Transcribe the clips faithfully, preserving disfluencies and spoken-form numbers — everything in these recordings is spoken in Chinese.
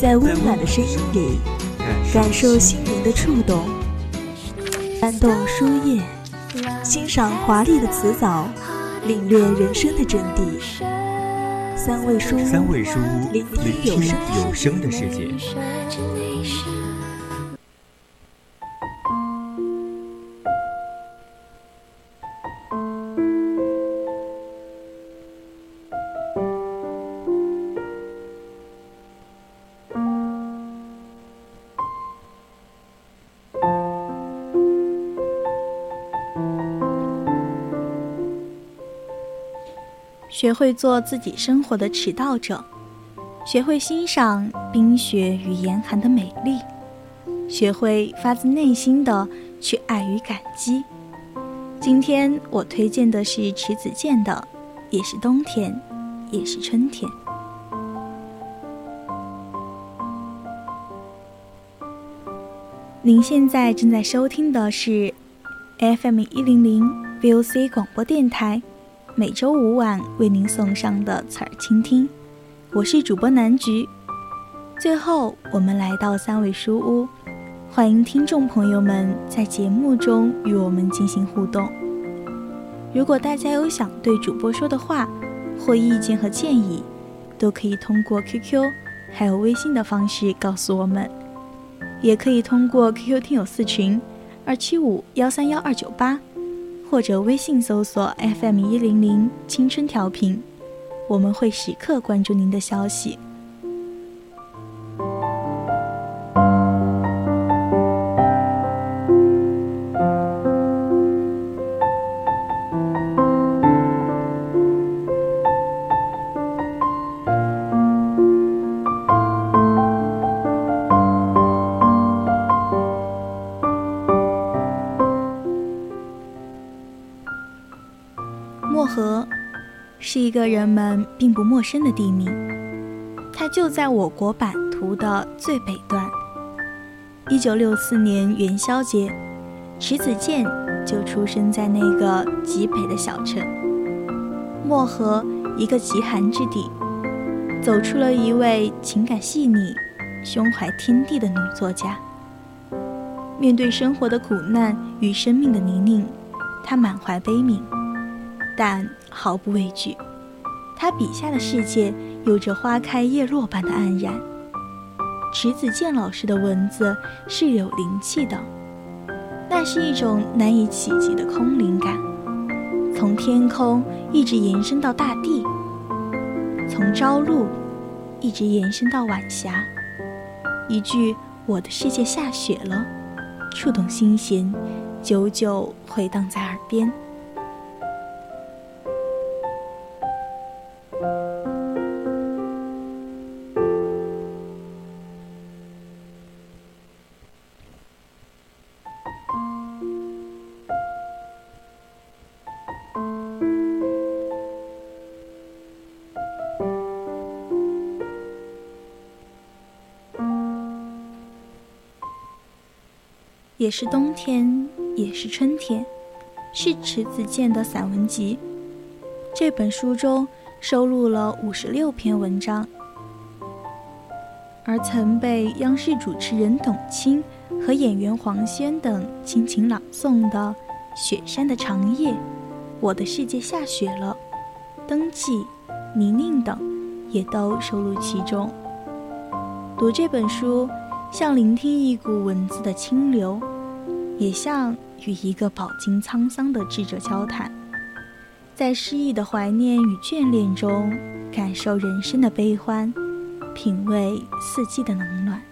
在温暖的声音里感受心灵的触动，翻动书页，欣赏华丽的词藻，领略人生的真谛。三味书屋， 三味书屋， 聆听有声的世界。 学会做自己生活的迟到者，学会欣赏冰雪与严寒的美丽，学会发自内心的去爱与感激。今天我推荐的是迟子建的《也是冬天，也是春天》。您现在正在收听的是 F M 一零零 V O C 广播电台，每周五晚为您送上的侧耳倾听，我是主播南菊。最后我们来到三味书屋，欢迎听众朋友们在节目中与我们进行互动。如果大家有想对主播说的话或意见和建议，都可以通过 Q Q 还有微信的方式告诉我们，也可以通过 Q Q 听友四群二七五幺三幺二九八，或者微信搜索 F M 一零零青春调频，我们会时刻关注您的消息。漠河是一个人们并不陌生的地名，它就在我国版图的最北端。一九六四年元宵节，迟子建就出生在那个极北的小城漠河，一个极寒之地，走出了一位情感细腻、胸怀天地的女作家。面对生活的苦难与生命的泥泞，她满怀悲悯，但毫不畏惧。他笔下的世界有着花开叶落般的安然。迟子建老师的文字是有灵气的，那是一种难以企及的空灵感，从天空一直延伸到大地，从朝露一直延伸到晚霞。一句我的世界下雪了，触动心弦，久久回荡在耳边。也是冬天，也是春天，是迟子建的散文集。这本书中收录了五十六篇文章，而曾被央视主持人董卿和演员黄轩等倾情朗诵的《雪山的长夜》《我的世界下雪了》《灯记》《泥泞》等也都收录其中。读这本书，像聆听一股文字的清流，也像与一个饱经沧桑的智者交谈，在诗意的怀念与眷恋中感受人生的悲欢，品味四季的冷暖。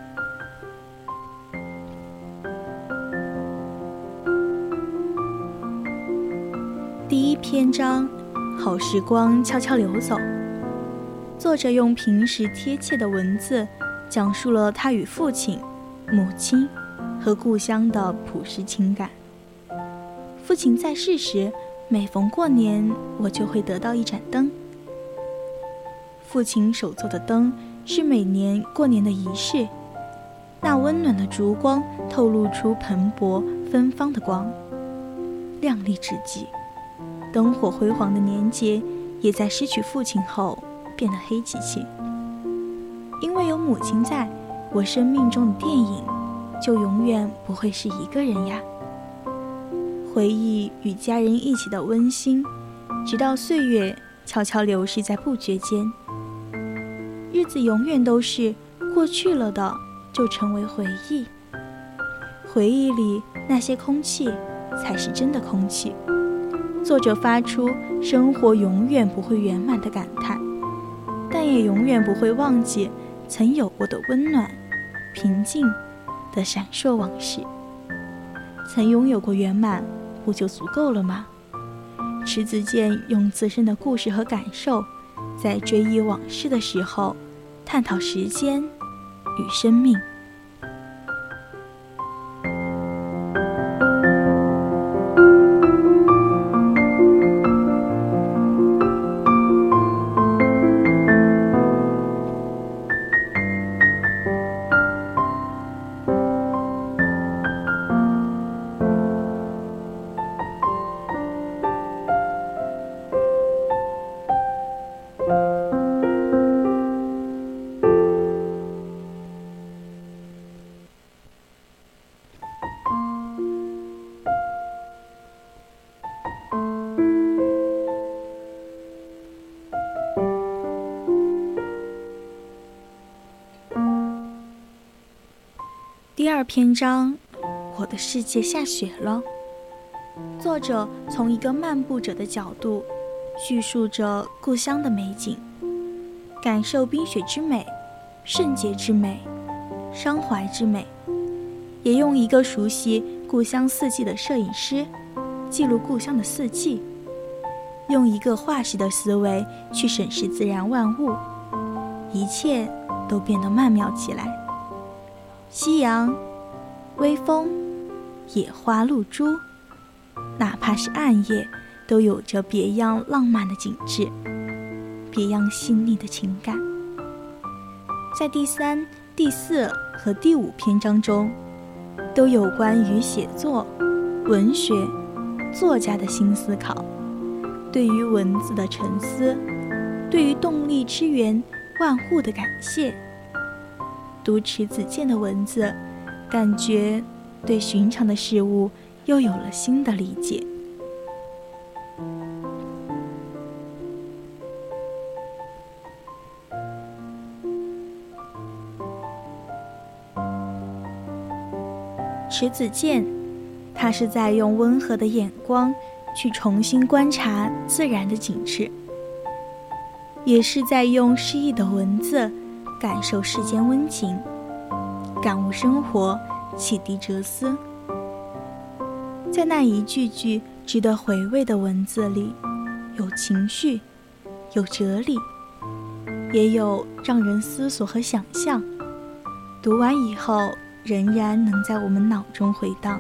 第一篇章，好时光悄悄流走。作者用平实贴切的文字讲述了他与父亲、母亲和故乡的朴实情感。父亲在世时，每逢过年我就会得到一盏灯。父亲手做的灯是每年过年的仪式，那温暖的烛光透露出蓬勃芬芳的光，亮丽至极。灯火辉煌的年节也在失去父亲后变得黑漆漆。 因为有母亲在，我生命中的电影就永远不会是一个人呀。回忆与家人一起的温馨，直到岁月悄悄流逝在不觉间。日子永远都是过去了的，就成为回忆。回忆里那些空气，才是真的空气。作者发出生活永远不会圆满的感叹，但也永远不会忘记曾有过的温暖、平静的闪烁往事。曾拥有过圆满，不就足够了吗？迟子建用自身的故事和感受，在追忆往事的时候，探讨时间与生命。第二篇章，我的世界下雪了。作者从一个漫步者的角度，叙述着故乡的美景，感受冰雪之美、圣洁之美、伤怀之美，也用一个熟悉故乡四季的摄影师，记录故乡的四季，用一个画师的思维去审视自然万物，一切都变得曼妙起来。夕阳、微风、野花、露珠，哪怕是暗夜，都有着别样浪漫的景致，别样细腻的情感。在第三、第四和第五篇章中，都有关于写作、文学、作家的新思考，对于文字的沉思，对于动力之源万物的感谢。读迟子建的文字，感觉对寻常的事物又有了新的理解。迟子建，他是在用温和的眼光去重新观察自然的景致，也是在用诗意的文字感受世间温情，感悟生活，启迪哲思。在那一句句值得回味的文字里，有情绪，有哲理，也有让人思索和想象，读完以后仍然能在我们脑中回荡。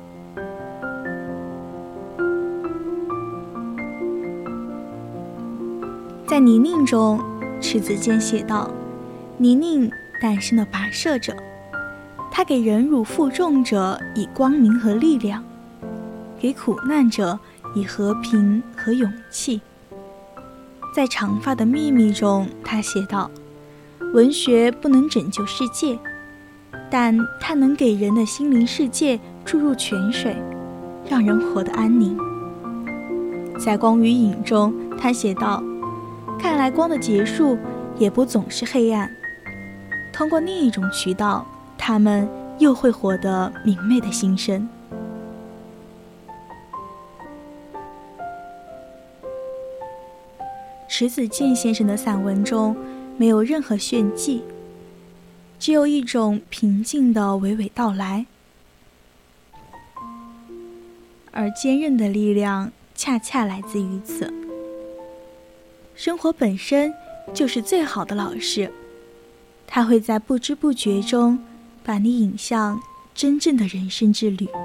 在泥泞中，迟子建写道，泥泞诞生的跋涉者，他给忍辱负重者以光明和力量，给苦难者以和平和勇气。在长发的秘密中，他写道，文学不能拯救世界，但它能给人的心灵世界注入泉水，让人活得安宁。在光与影中，他写道，看来光的结束也不总是黑暗，通过另一种渠道，他们又会活得明媚的新生。迟子建先生的散文中没有任何炫技，只有一种平静的娓娓道来，而坚韧的力量恰恰来自于此。生活本身就是最好的老师，它会在不知不觉中把你引向真正的人生之旅。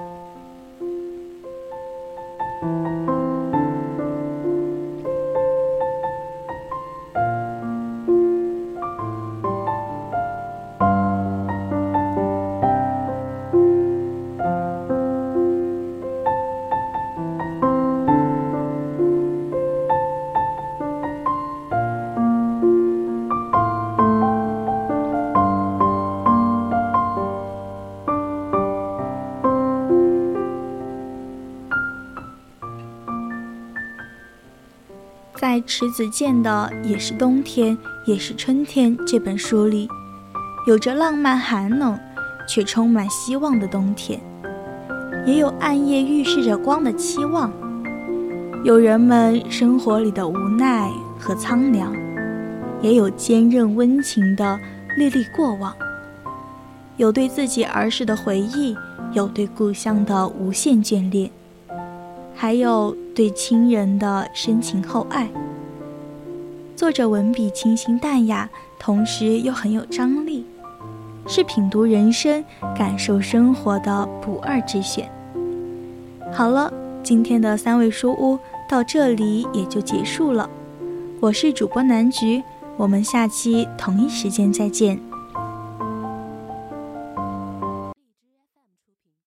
在迟子建的《也是冬天也是春天》这本书里，有着浪漫寒冷却充满希望的冬天，也有暗夜预示着光的期望，有人们生活里的无奈和苍凉，也有坚韧温情的历历过往，有对自己儿时的回忆，有对故乡的无限眷恋，还有对亲人的深情厚爱。作者文笔清新淡雅，同时又很有张力，是品读人生、感受生活的不二之选。好了，今天的三味书屋到这里也就结束了。我是主播南菊，我们下期同一时间再见。